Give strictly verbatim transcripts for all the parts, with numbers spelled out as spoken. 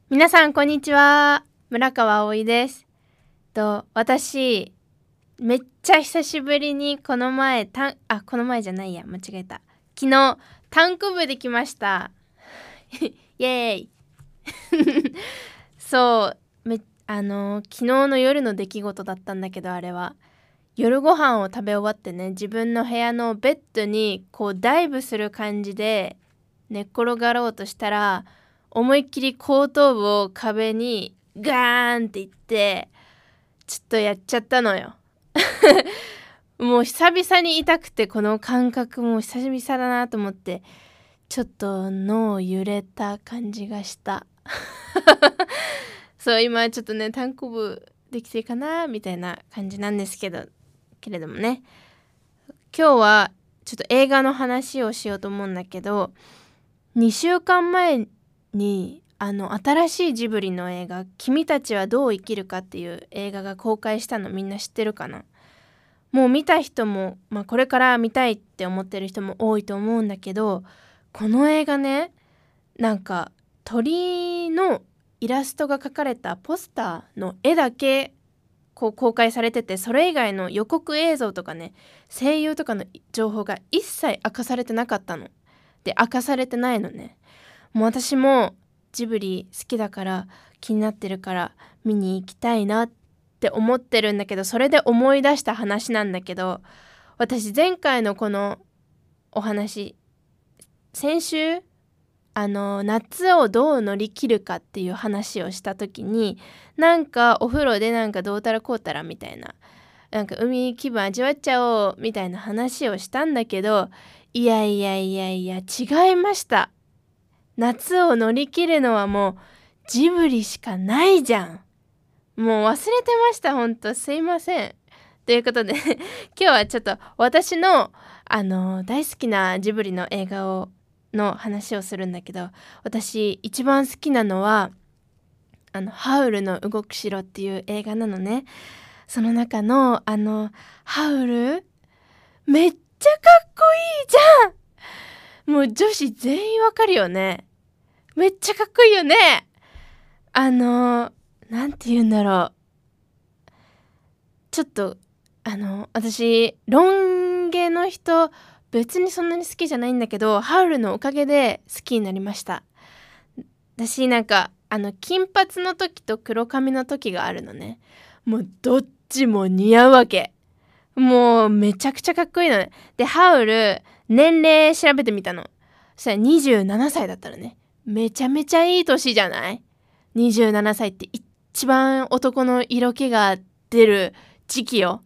皆さんこんにちは。村川葵です。と私めっちゃ久しぶりにこの前たんあこの前じゃないや間違えた昨日タンク部できましたイエーイそうめあの昨日の夜の出来事だったんだけど、あれは夜ご飯を食べ終わってね、自分の部屋のベッドにこうダイブする感じで寝っ転がろうとしたら、思いっきり後頭部を壁にガーンっていってちょっとやっちゃったのよもう久々に痛くて、この感覚も久々だなと思って、ちょっと脳揺れた感じがしたそう今ちょっとね単行部できてるかなみたいな感じなんですけどけれどもね、今日はちょっと映画の話をしようと思うんだけど、にしゅうかんまえにあの新しいジブリの映画君たちはどう生きるかっていう映画が公開したの、みんな知ってるかな。もう見た人も、まあ、これから見たいって思ってる人も多いと思うんだけど、この映画ね、なんか鳥のイラストが描かれたポスターの絵だけこう公開されてて、それ以外の予告映像とかね、声優とかの情報が一切明かされてなかったので、明かされてないのね。もう私もジブリ好きだから気になってるから見に行きたいなって思ってるんだけど、それで思い出した話なんだけど、私前回のこのお話、先週あの夏をどう乗り切るかっていう話をした時に、なんかお風呂でなんかどうたらこうたらみたいな、なんか海気分味わっちゃおうみたいな話をしたんだけど、いやいやいやいや違いました。夏を乗り切るのはもうジブリしかないじゃん。もう忘れてました、ほんとすいません。ということで今日はちょっと私のあの大好きなジブリの映画をの話をするんだけど、私一番好きなのはあのハウルの動く城っていう映画なのね。その中のあのハウルめっちゃかっこいいじゃん。もう女子全員わかるよね。めっちゃかっこいいよね。あのなんて言うんだろう、ちょっとあの私ロン毛の人別にそんなに好きじゃないんだけど、ハウルのおかげで好きになりました。私なんかあの金髪の時と黒髪の時があるのね。もうどっちも似合うわけ。もうめちゃくちゃかっこいいのね。でハウル年齢調べてみたの。そしたらにじゅうななさいだったのね。めちゃめちゃいい年じゃない？ にじゅうなな 歳って一番男の色気が出る時期よ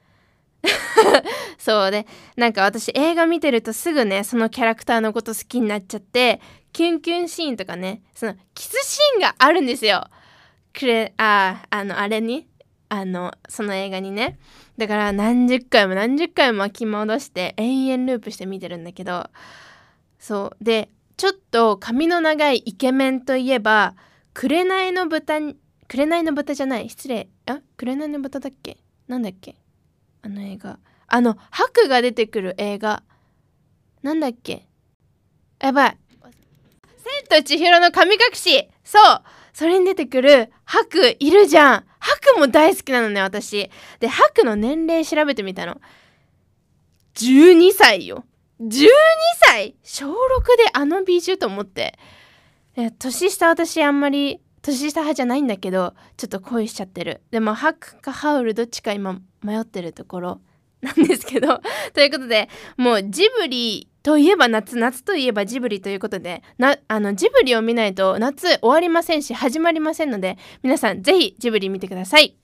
そうで、なんか私映画見てるとすぐねそのキャラクターのこと好きになっちゃって、キュンキュンシーンとかね、そのキスシーンがあるんですよ。くれああのあれにあのその映画にね。だから何十回も何十回も巻き戻して延々ループして見てるんだけど、そうでちょっと髪の長いイケメンといえば紅の豚に紅の豚じゃない失礼あ紅の豚だっけ、なんだっけあの映画、あの白が出てくる映画なんだっけ、やばい、千と千尋の神隠し、そうそれに出てくる白いるじゃん。白も大好きなのね私。で白の年齢調べてみたの。じゅうにさいよ。じゅうにさい、小ろくであの美女と思って、年下私あんまり年下派じゃないんだけど、ちょっと恋しちゃってる。でもハクかハウルどっちか今迷ってるところなんですけどということで、もうジブリといえば夏、夏といえばジブリということで、なあのジブリを見ないと夏終わりませんし始まりませんので、皆さんぜひジブリ見てください。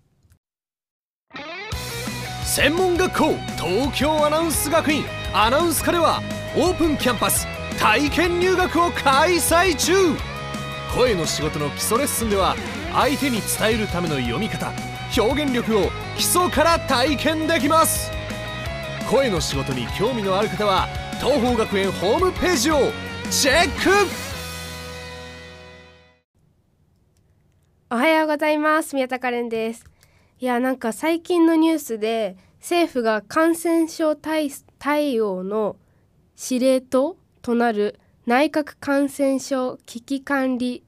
専門学校東京アナウンス学院アナウンス科ではオープンキャンパス体験入学を開催中。声の仕事の基礎レッスンでは相手に伝えるための読み方、表現力を基礎から体験できます。声の仕事に興味のある方は東邦学園ホームページをチェック。 おはようございます。宮田カレンです。いや、なんか最近のニュースで政府が感染症 対, 対応の司令塔となる内閣感染症危機管理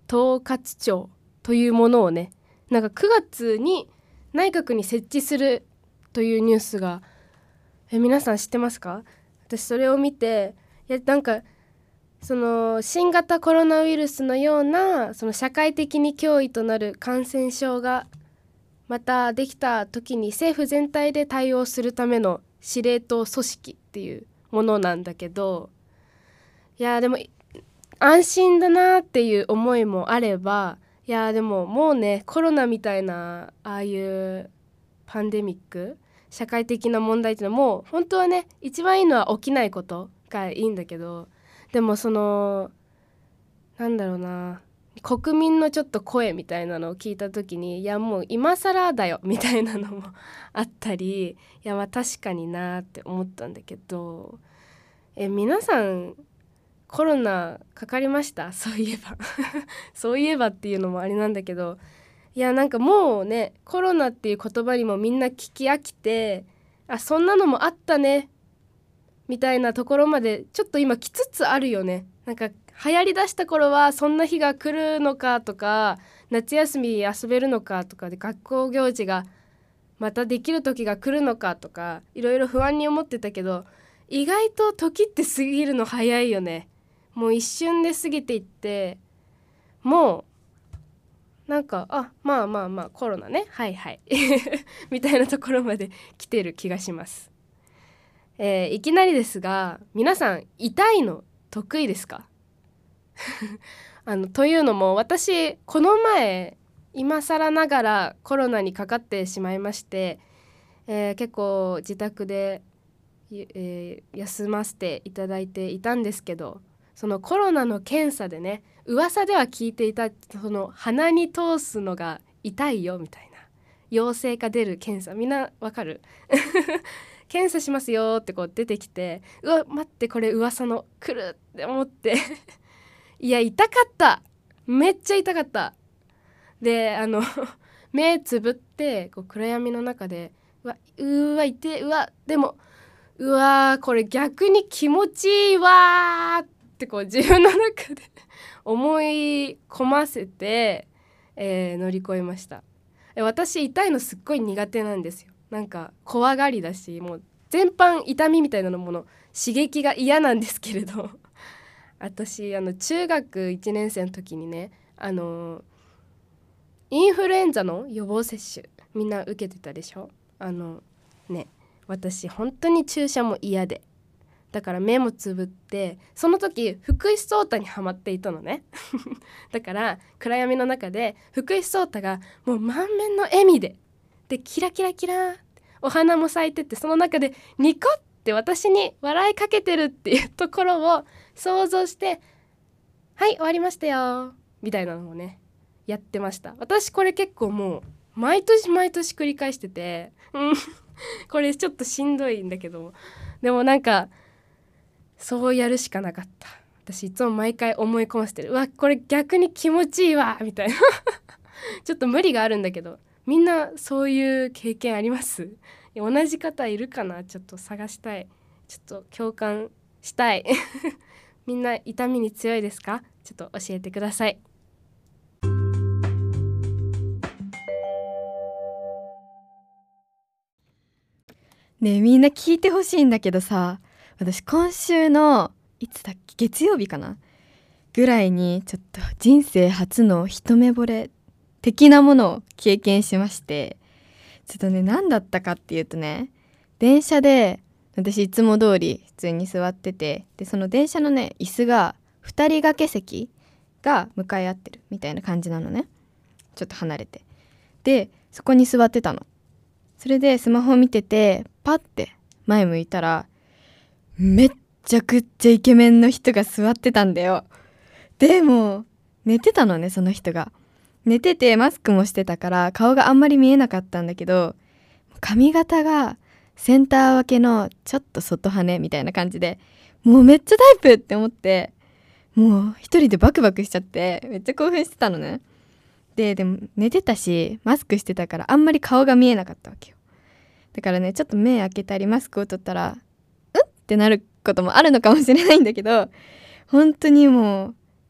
統括庁というものをね、なんかくがつに内閣に設置するというニュースが、え皆さん知ってますか？私それを見て、いやなんかその新型コロナウイルスのようなその社会的に脅威となる感染症がまたできた時に政府全体で対応するための司令塔組織っていうものなんだけど、いやでも安心だなっていう思いもあれば、いやでももうね、コロナみたいなああいうパンデミック、社会的な問題っていうのはもう本当はね、一番いいのは起きないことがいいんだけど、でもそのなんだろうな、国民のちょっと声みたいなのを聞いた時に、いやもう今更だよみたいなのもあったり、いやまあ確かになって思ったんだけど、え皆さんコロナかかりました？そういえばそういえばっていうのもあれなんだけど、いやなんかもうね、コロナっていう言葉にもみんな聞き飽きて、あそんなのもあったねみたいなところまでちょっと今来つつあるよね。なんか流行りだした頃はそんな日が来るのかとか、夏休み遊べるのかとかで、学校行事がまたできる時が来るのかとか、いろいろ不安に思ってたけど、意外と時って過ぎるの早いよね。もう一瞬で過ぎていって、もうなんかあまあまあまあコロナね、はいはいみたいなところまで来てる気がします。えー、いきなりですが、皆さん痛いの得意ですか？あのというのも、私この前今更ながらコロナにかかってしまいまして、えー、結構自宅で、えー、休ませていただいていたんですけど、そのコロナの検査でね、噂では聞いていた、その鼻に通すのが痛いよみたいな、陽性か出る検査、みんなわかる？検査しますよってこう出てきて、うわ待って、これ噂の来るって思っていや痛かった、めっちゃ痛かった。であの目つぶってこう暗闇の中で、うわうわ痛い、うわでもうわこれ逆に気持ちいいわってこう自分の中で思い込ませて、えー、乗り越えました。私痛いのすっごい苦手なんですよ。なんか怖がりだし、もう全般痛みみたいなもの刺激が嫌なんですけれど私あの中学いちねん生の時にね、あのインフルエンザの予防接種みんな受けてたでしょ。あのね、私本当に注射も嫌で、だから目もつぶって、その時福士蒼汰にハマっていたのねだから暗闇の中で福士蒼汰がもう満面の笑みででキラキラキラお花も咲いてて、その中でニコって私に笑いかけてるっていうところを想像して、はい終わりましたよみたいなのをねやってました。私これ結構もう毎年毎年繰り返しててこれちょっとしんどいんだけど、でもなんかそうやるしかなかった。私いつも毎回思い込ませてる、うわこれ逆に気持ちいいわみたいなちょっと無理があるんだけど、みんなそういう経験あります？同じ方いるかな、ちょっと探したい、ちょっと共感したいみんな痛みに強いですか？ちょっと教えてください。 ねえみんな聞いてほしいんだけどさ、私今週のいつだっけ、月曜日かなぐらいにちょっと人生初の一目惚れ的なものを経験しまして、ちょっとね何だったかっていうとね、電車で私いつも通り普通に座ってて、でその電車のね椅子がふたり掛け席が向かい合ってるみたいな感じなのね、ちょっと離れて、でそこに座ってたの。それでスマホを見ててパッて前向いたら、めっちゃくちゃイケメンの人が座ってたんだよ。でも寝てたのね、その人が寝ててマスクもしてたから顔があんまり見えなかったんだけど、髪型がセンター分けのちょっと外羽みたいな感じで、もうめっちゃタイプって思って、もう一人でバクバクしちゃってめっちゃ興奮してたのね。ででも寝てたしマスクしてたからあんまり顔が見えなかったわけよ。だからねちょっと目開けたりマスクを取ったらうんってなることもあるのかもしれないんだけど、本当にもう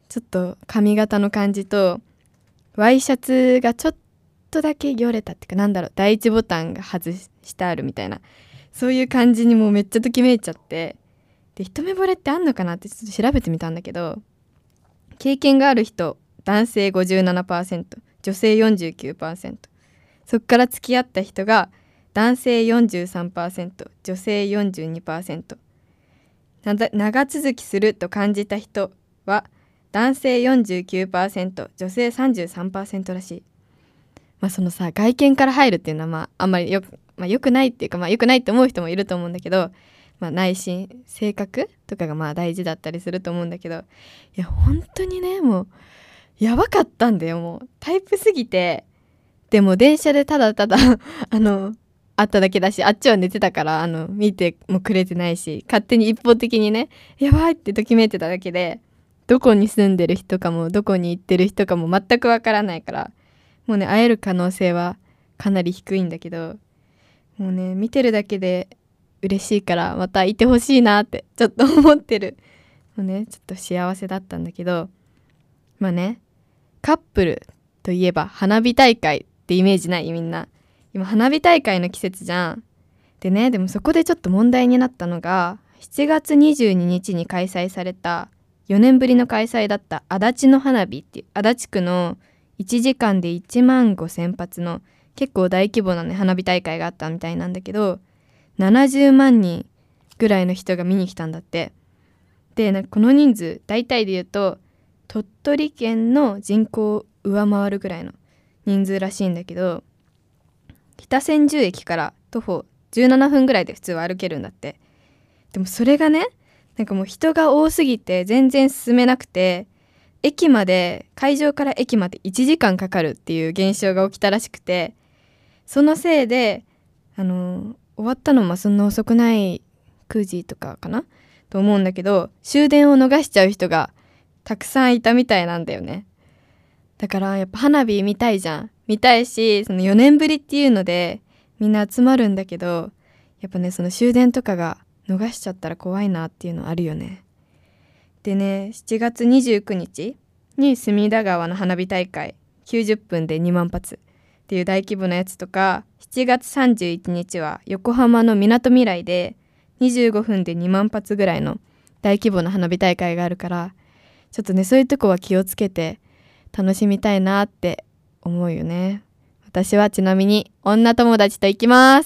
ちょっと髪型の感じとワイシャツがちょっとだけよれたっていうか、なんだろう、第一ボタンが外してあるみたいな、そういう感じにもうめっちゃときめいちゃって、で一目惚れってあんのかなってちょっと調べてみたんだけど、経験がある人男性 ごじゅうななパーセント、 女性 よんじゅうきゅうパーセント、 そっから付き合った人が男性 よんじゅうさんパーセント、 女性 よんじゅうにパーセント、 長続きすると感じた人は男性 よんじゅうきゅうパーセント、 女性 さんじゅうさんパーセント らしい。まあそのさ、外見から入るっていうのはまああんまりよく、まあ、よくないっていうか、まあよくないって思う人もいると思うんだけど、まあ、内心性格とかがまあ大事だったりすると思うんだけど、いや本当にね、もうやばかったんだよ。もうタイプすぎて、でも電車でただただあの会っただけだし、あっちは寝てたからあの見てもくれてないし、勝手に一方的にねやばいってときめいてただけで、どこに住んでる人かもどこに行ってる人かも全くわからないから、もうね会える可能性はかなり低いんだけど、もうね見てるだけで嬉しいからまたいてほしいなってちょっと思ってる。もうねちょっと幸せだったんだけど、まあねカップルといえば花火大会ってイメージない？みんな今花火大会の季節じゃん。でね、でもそこでちょっと問題になったのが、しちがつにじゅうににちに開催されたよねんぶりの開催だった足立の花火っていう、足立区のいちじかんでいちまんごせんぱつの結構大規模なね花火大会があったみたいなんだけど、ななじゅうまんにんぐらいの人が見に来たんだって。でなんかこの人数大体で言うと鳥取県の人口を上回るぐらいの人数らしいんだけど、北千住駅から徒歩じゅうななふんぐらいで普通は歩けるんだって。でもそれがね、なんかもう人が多すぎて全然進めなくて、駅まで会場から駅までいちじかんかかるっていう現象が起きたらしくて、そのせいであの終わったのもそんな遅くない、くじとかかなと思うんだけど、終電を逃しちゃう人がたくさんいたみたいなんだよね。だからやっぱ花火見たいじゃん、見たいし、そのよねんぶりっていうのでみんな集まるんだけど、やっぱねその終電とかが逃しちゃったら怖いなっていうのあるよね。でね、しちがつにじゅうくにちに隅田川の花火大会きゅうじゅっぷんでにまんぱつっていう大規模なやつとか、しちがつさんじゅういちにちは横浜のみなとみらいでにじゅうごふんでにまんぱつぐらいの大規模な花火大会があるから、ちょっとねそういうとこは気をつけて楽しみたいなって思うよね。私はちなみに女友達と行きます。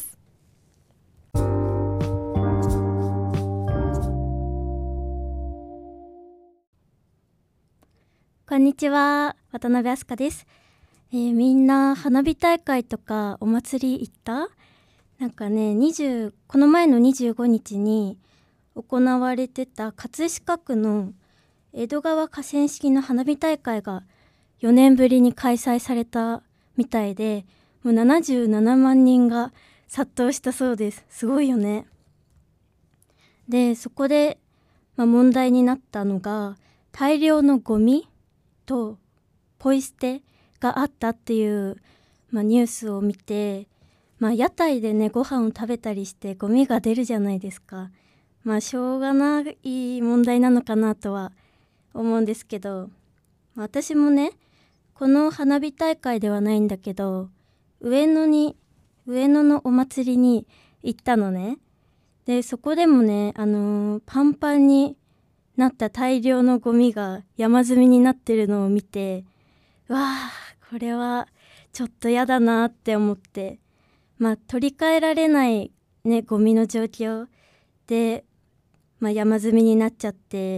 こんにちは、渡辺明日香です。えー、みんな花火大会とかお祭り行った？なんかね、にじゅうこの前のにじゅうごにちに行われてた葛飾区の江戸川河川敷の花火大会がよねんぶりに開催されたみたいで、もうななじゅうななまんにんが殺到したそうです。すごいよね。で、そこで、まあ、問題になったのが大量のゴミとポイ捨てがあったっていう、まあ、ニュースを見て、まあ、屋台でねご飯を食べたりしてゴミが出るじゃないですか。まあしょうがない問題なのかなとは思うんですけど、私もねこの花火大会ではないんだけど、上野に上野のお祭りに行ったのね。でそこでもね、あのー、パンパンになった大量のゴミが山積みになってるのを見て、わあこれはちょっとやだなって思って、まあ取り替えられないねゴミの状況で、まあ、山積みになっちゃって、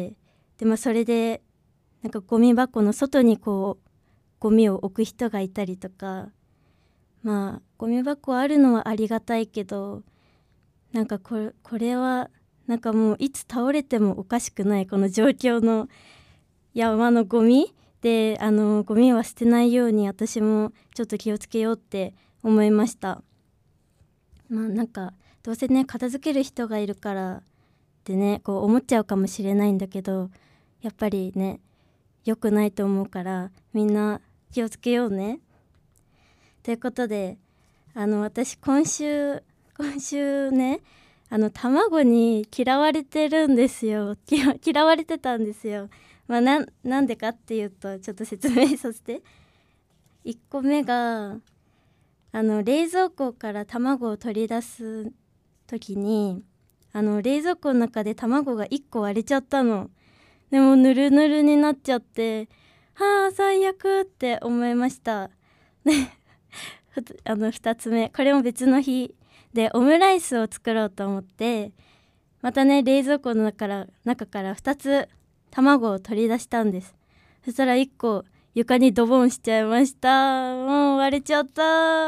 で、まあ、それでなんかゴミ箱の外にこうゴミを置く人がいたりとか、まあゴミ箱あるのはありがたいけど、なんかこれ、これはなんかもういつ倒れてもおかしくないこの状況の山のゴミで、あのゴミは捨てないように私もちょっと気をつけようって思いました。まあなんかどうせね片付ける人がいるからってねこう思っちゃうかもしれないんだけど、やっぱりね良くないと思うからみんな気をつけようね。ということで、あの私今週今週ねあの卵に嫌われてるんですよ。嫌われてたんですよ。 まあ、な, なんでかっていうとちょっと説明させて。いっこめがあの冷蔵庫から卵を取り出す時にあの冷蔵庫の中で卵がいっこ割れちゃったの。でもぬるぬるになっちゃってはあ最悪って思いました。あのふたつめ、これも別の日でオムライスを作ろうと思ってまたね冷蔵庫の中から中からふたつ卵を取り出したんです。そしたらいっこ床にドボンしちゃいました。もう割れちゃった。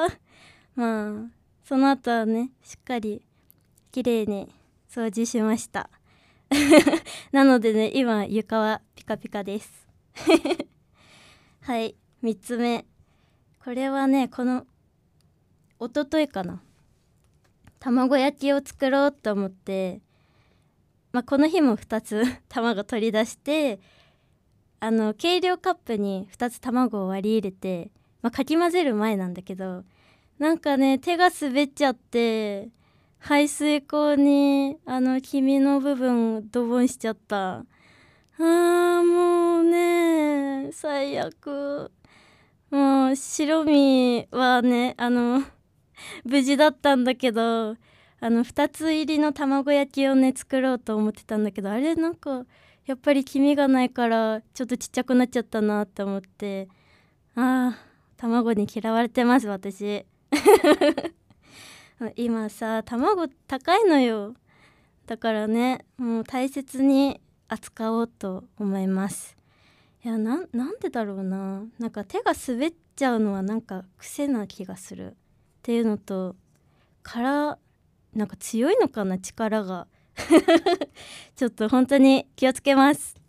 まあその後はねしっかりきれいに掃除しました。なのでね今床はピカピカです。はい、みっつめ、これはねこの一昨日かな、卵焼きを作ろうと思って、まあ、この日もふたつ卵取り出してあの計量カップにふたつ卵を割り入れて、まあ、かき混ぜる前なんだけどなんかね手が滑っちゃって排水口にあの黄身の部分ドボンしちゃった。あーもうね最悪。もう白身はねあの無事だったんだけどあのふたつ入りの卵焼きをね作ろうと思ってたんだけどあれなんかやっぱり黄身がないからちょっとちっちゃくなっちゃったなって思って、あー卵に嫌われてます私。今さ卵高いのよ。だからねもう大切に扱おうと思います。いや な, なんでだろうな、なんか手が滑っちゃうのはなんか癖な気がするっていうのと、からなんか強いのかな力が。ちょっと本当に気をつけます。